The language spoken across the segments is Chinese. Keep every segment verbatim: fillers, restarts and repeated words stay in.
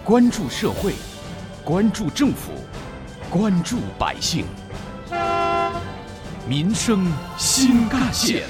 关注社会，关注政府，关注百姓，民生新干线。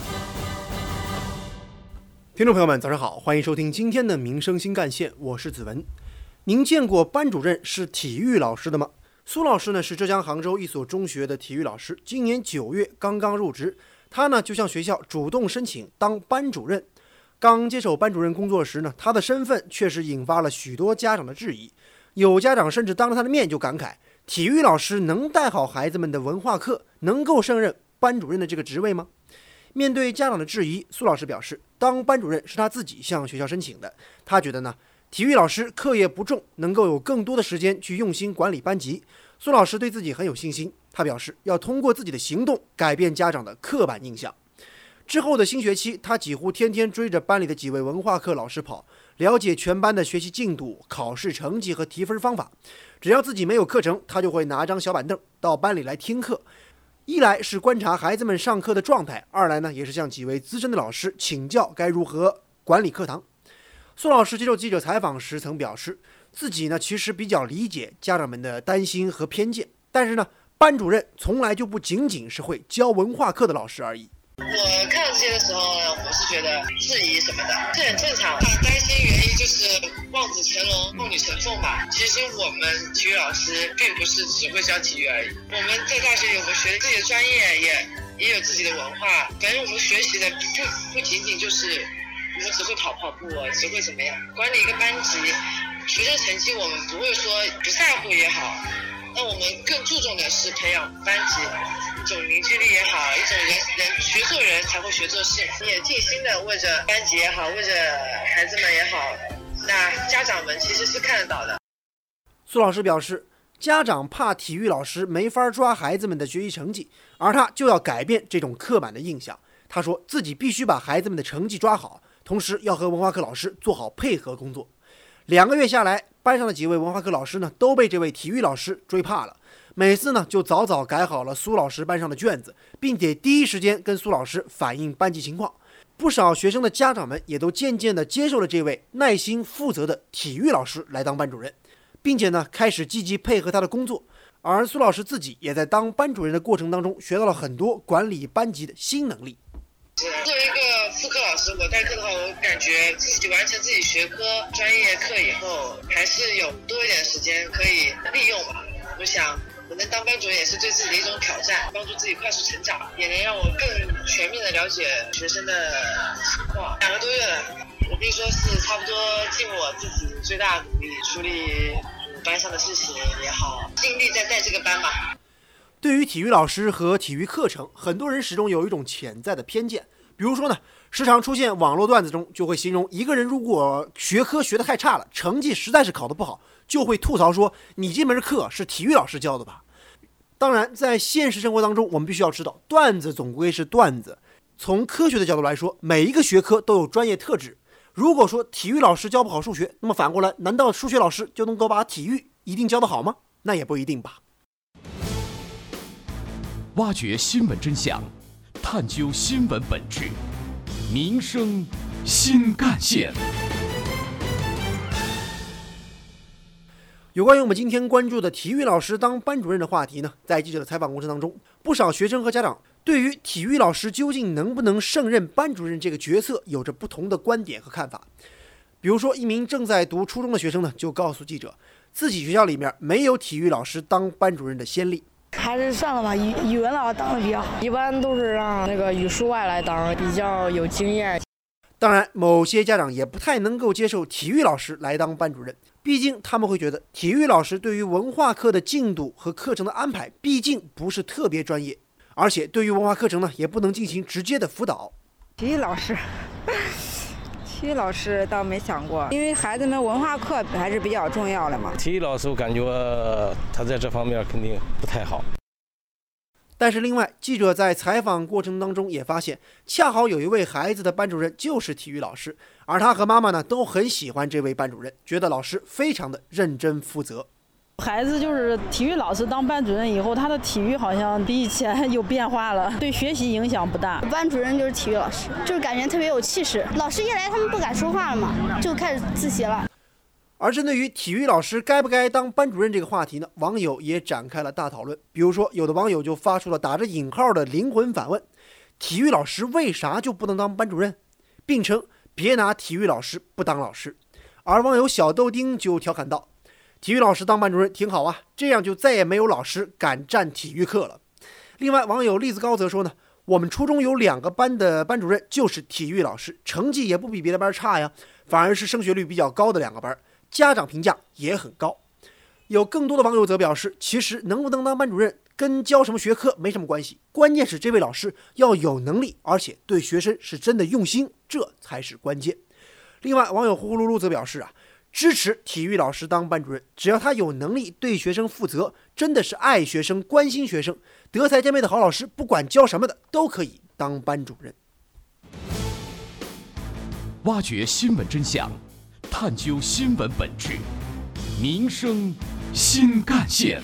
听众朋友们，早上好，欢迎收听今天的民生新干线，我是子文。您见过班主任是体育老师的吗？苏老师呢是浙江杭州一所中学的体育老师，今年九月刚刚入职，他呢就向学校主动申请当班主任。刚接手班主任工作时呢，他的身份确实引发了许多家长的质疑，有家长甚至当着他的面就感慨，体育老师能带好孩子们的文化课，能够胜任班主任的这个职位吗？面对家长的质疑，苏老师表示，当班主任是他自己向学校申请的，他觉得呢，体育老师课业不重，能够有更多的时间去用心管理班级。苏老师对自己很有信心，他表示要通过自己的行动改变家长的刻板印象。之后的新学期，他几乎天天追着班里的几位文化课老师跑，了解全班的学习进度、考试成绩和提分方法。只要自己没有课程，他就会拿张小板凳到班里来听课。一来是观察孩子们上课的状态，二来呢也是向几位资深的老师请教该如何管理课堂。苏老师接受记者采访时曾表示，自己呢其实比较理解家长们的担心和偏见，但是呢，班主任从来就不仅仅是会教文化课的老师而已。 我看到这些的时候呢，我是觉得质疑什么的，这很正常。担心原因就是望子成龙、望女成凤吧。其实我们体育老师并不是只会教体育而已，我们在大学里我们学自己的专业，也也有自己的文化。反正我们学习的不不仅仅就是我们只会跑跑步，只会怎么样管理一个班级。学生成绩我们不会说不在乎也好，那我们更注重的是培养班级一种凝聚力也好，一种人人学做人才会学做事，也尽心的为着班级也好，为着孩子们也好，那家长们其实是看得到的。 苏老师表示，家长怕体育老师没法抓孩子们的学习成绩，而他就要改变这种刻板的印象。他说自己必须把孩子们的成绩抓好，同时要和文化课老师做好配合工作。两个月下来，班上的几位文化课老师呢都被这位体育老师追怕了，每次呢就早早改好了苏老师班上的卷子，并且第一时间跟苏老师反映班级情况。不少学生的家长们也都渐渐地接受了这位耐心负责的体育老师来当班主任，并且呢开始积极配合他的工作。而苏老师自己也在当班主任的过程当中学到了很多管理班级的新能力。 作为一个副科老师，我代课的话，我感觉自己完成自己学科专业课以后，还是有多一点时间可以利用吧。我想可能当班主任也是对自己的一种挑战，帮助自己快速成长，也能让我更全面的了解学生的情况。两个多月了，我可以说是差不多尽我自己最大的努力，处理班上的事情也好，尽力在带这个班吧。 对于体育老师和体育课程，很多人始终有一种潜在的偏见。比如说呢，时常出现网络段子中就会形容一个人如果学科学得太差了，成绩实在是考得不好，就会吐槽说你这门课是体育老师教的吧。当然在现实生活当中，我们必须要知道，段子总归是段子。从科学的角度来说，每一个学科都有专业特质。如果说体育老师教不好数学，那么反过来，难道数学老师就能够把体育一定教得好吗？那也不一定吧。 挖掘新闻真相，探究新闻本质，民生新干线。 有关于我们今天关注的体育老师当班主任的话题呢，在记者的采访过程当中，不少学生和家长对于体育老师究竟能不能胜任班主任这个角色有着不同的观点和看法。比如说，一名正在读初中的学生呢，就告诉记者，自己学校里面没有体育老师当班主任的先例。 还是算了吧，语语文老师当的比较好，一般都是让那个语数外来当，比较有经验。 当然，某些家长也不太能够接受体育老师来当班主任，毕竟他们会觉得体育老师对于文化课的进度和课程的安排毕竟不是特别专业，而且对于文化课程呢也不能进行直接的辅导。 体育老师体育老师倒没想过，因为孩子们文化课还是比较重要的嘛。 体育老师我感觉他在这方面肯定不太好。 但是另外，记者在采访过程当中也发现，恰好有一位孩子的班主任就是体育老师，而他和妈妈呢都很喜欢这位班主任，觉得老师非常的认真负责。 孩子就是体育老师当班主任以后，他的体育好像比以前有变化了，对学习影响不大。 班主任就是体育老师，就是感觉特别有气势。老师一来，他们不敢说话了嘛，就开始自习了。 而针对于体育老师该不该当班主任这个话题呢，网友也展开了大讨论。比如说，有的网友就发出了打着引号的灵魂反问：体育老师为啥就不能当班主任？并称别拿体育老师不当老师。而网友小豆丁就调侃道：体育老师当班主任挺好啊，这样就再也没有老师敢占体育课了。另外，网友栗子高则说呢，我们初中有两个班的班主任就是体育老师，成绩也不比别的班差呀，反而是升学率比较高的两个班，家长评价也很高。有更多的网友则表示，其实能不能当班主任跟教什么学科没什么关系，关键是这位老师要有能力，而且对学生是真的用心，这才是关键。另外，网友呼呼噜噜则表示啊，支持体育老师当班主任，只要他有能力，对学生负责，真的是爱学生、关心学生，德才兼备的好老师，不管教什么的都可以当班主任。 挖掘新闻真相，探究新闻本质，民生新干线。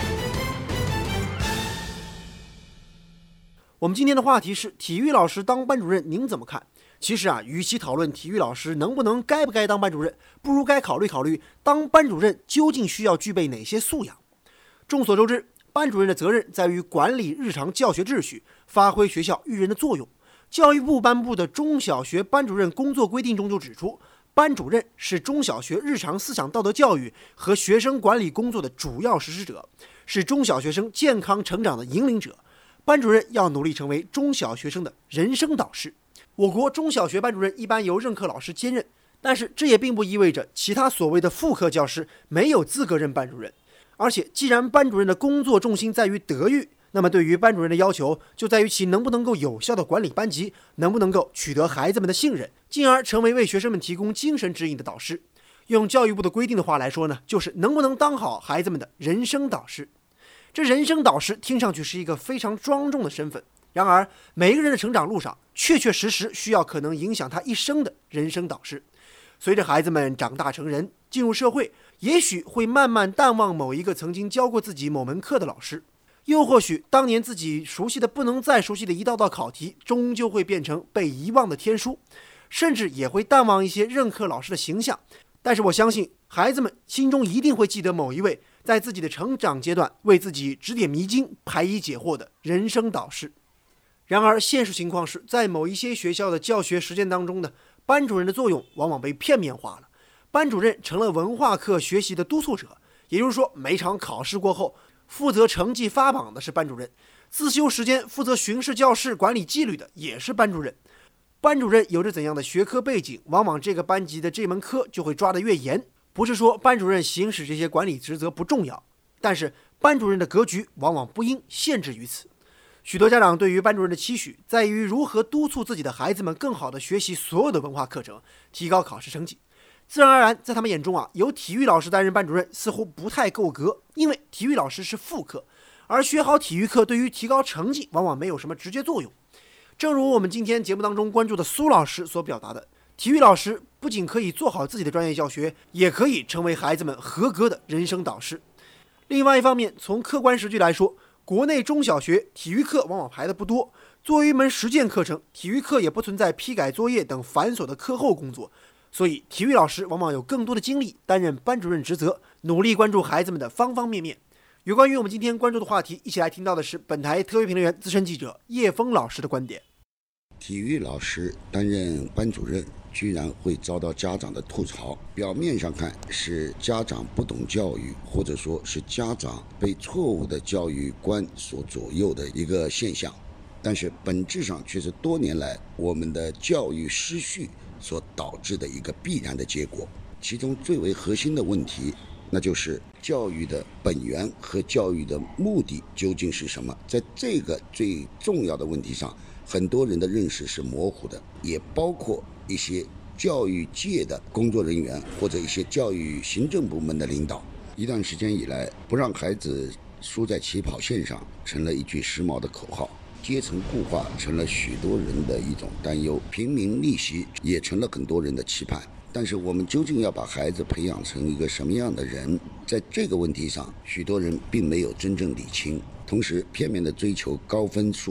我们今天的话题是体育老师当班主任，您怎么看？其实啊，与其讨论体育老师能不能、该不该当班主任，不如该考虑考虑当班主任究竟需要具备哪些素养。众所周知，班主任的责任在于管理日常教学秩序，发挥学校育人的作用。教育部颁布的中小学班主任工作规定中就指出，班主任是中小学日常思想道德教育和学生管理工作的主要实施者，是中小学生健康成长的引领者。班主任要努力成为中小学生的人生导师。我国中小学班主任一般由任课老师兼任，但是这也并不意味着其他所谓的副课教师没有资格任班主任。而且，既然班主任的工作重心在于德育，那么对于班主任的要求就在于其能不能够有效地管理班级，能不能够取得孩子们的信任，进而成为为学生们提供精神指引的导师。用教育部的规定的话来说呢，就是能不能当好孩子们的人生导师。这人生导师听上去是一个非常庄重的身份，然而每一个人的成长路上确确实实需要可能影响他一生的人生导师。随着孩子们长大成人，进入社会，也许会慢慢淡忘某一个曾经教过自己某门课的老师，又或许当年自己熟悉的不能再熟悉的一道道考题终究会变成被遗忘的天书，甚至也会淡忘一些任课老师的形象。但是我相信孩子们心中一定会记得某一位在自己的成长阶段为自己指点迷津、排疑解惑的人生导师。然而现实情况是，在某一些学校的教学实践当中呢，班主任的作用往往被片面化了。班主任成了文化课学习的督促者，也就是说，每场考试过后，负责成绩发榜的是班主任，自修时间负责巡视教室、管理纪律的也是班主任。班主任有着怎样的学科背景，往往这个班级的这门课就会抓得越严。不是说班主任行使这些管理职责不重要，但是班主任的格局往往不应限制于此。许多家长对于班主任的期许在于如何督促自己的孩子们更好地学习所有的文化课程，提高考试成绩。自然而然，在他们眼中啊，由体育老师担任班主任似乎不太够格，因为体育老师是副课，而学好体育课对于提高成绩往往没有什么直接作用。正如我们今天节目当中关注的苏老师所表达的，体育老师不仅可以做好自己的专业教学，也可以成为孩子们合格的人生导师。另外一方面，从客观实际来说，国内中小学体育课往往排的不多，作为一门实践课程，体育课也不存在批改作业等繁琐的课后工作，所以体育老师往往有更多的精力担任班主任职责，努力关注孩子们的方方面面。有关于我们今天关注的话题，一起来听到的是本台特约评论员、资深记者叶峰老师的观点。 体育老师担任班主任居然会遭到家长的吐槽，表面上看是家长不懂教育，或者说是家长被错误的教育观所左右的一个现象，但是本质上却是多年来我们的教育失序所导致的一个必然的结果。其中最为核心的问题，那就是教育的本源和教育的目的究竟是什么。在这个最重要的问题上，很多人的认识是模糊的，也包括一些教育界的工作人员或者一些教育行政部门的领导。一段时间以来，不让孩子输在起跑线上成了一句时髦的口号，阶层固化成了许多人的一种担忧，平民逆袭也成了很多人的期盼。但是我们究竟要把孩子培养成一个什么样的人，在这个问题上许多人并没有真正理清，同时片面的追求高分数、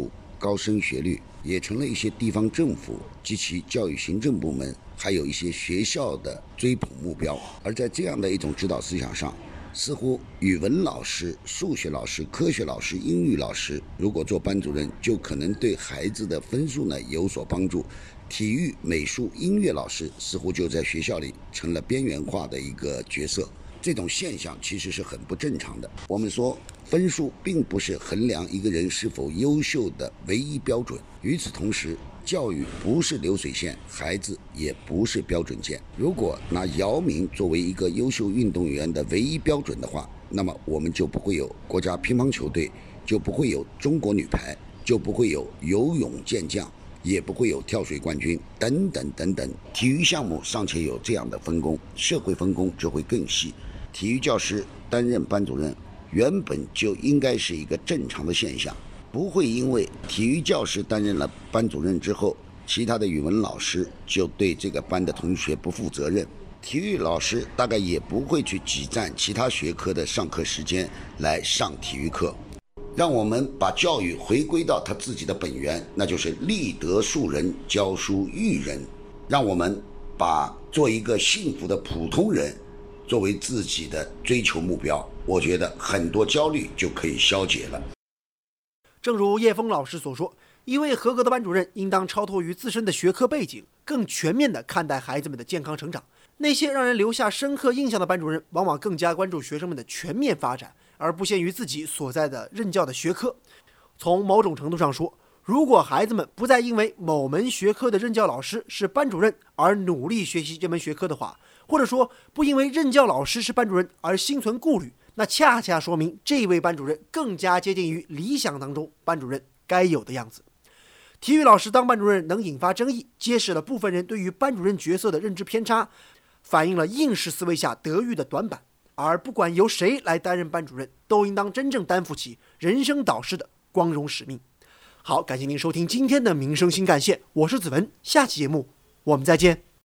高升学率，也成了一些地方政府及其教育行政部门，还有一些学校的追捧目标。而在这样的一种指导思想上，似乎语文老师、数学老师、科学老师、英语老师如果做班主任，就可能对孩子的分数呢有所帮助。体育、美术、音乐老师似乎就在学校里成了边缘化的一个角色。这种现象其实是很不正常的。我们说，分数并不是衡量一个人是否优秀的唯一标准。与此同时，教育不是流水线，孩子也不是标准件。如果拿姚明作为一个优秀运动员的唯一标准的话，那么我们就不会有国家乒乓球队，就不会有中国女排，就不会有游泳健将，也不会有跳水冠军等等等等。体育项目尚且有这样的分工，社会分工就会更细。体育教师担任班主任原本就应该是一个正常的现象，不会因为体育教师担任了班主任之后，其他的语文老师就对这个班的同学不负责任。体育老师大概也不会去挤占其他学科的上课时间来上体育课。让我们把教育回归到他自己的本源，那就是立德树人，教书育人。让我们把做一个幸福的普通人作为自己的追求目标，我觉得很多焦虑就可以消解了。 正如叶峰老师所说，一位合格的班主任应当超脱于自身的学科背景，更全面地看待孩子们的健康成长。那些让人留下深刻印象的班主任，往往更加关注学生们的全面发展，而不限于自己所在的任教的学科。从某种程度上说，如果孩子们不再因为某门学科的任教老师是班主任而努力学习这门学科的话，或者说不因为任教老师是班主任而心存顾虑，那恰恰说明这位班主任更加接近于理想当中班主任该有的样子。体育老师当班主任能引发争议，揭示了部分人对于班主任角色的认知偏差，反映了应试思维下德育的短板。而不管由谁来担任班主任，都应当真正担负起人生导师的光荣使命。好，感谢您收听今天的民生新干线，我是子文，下期节目我们再见。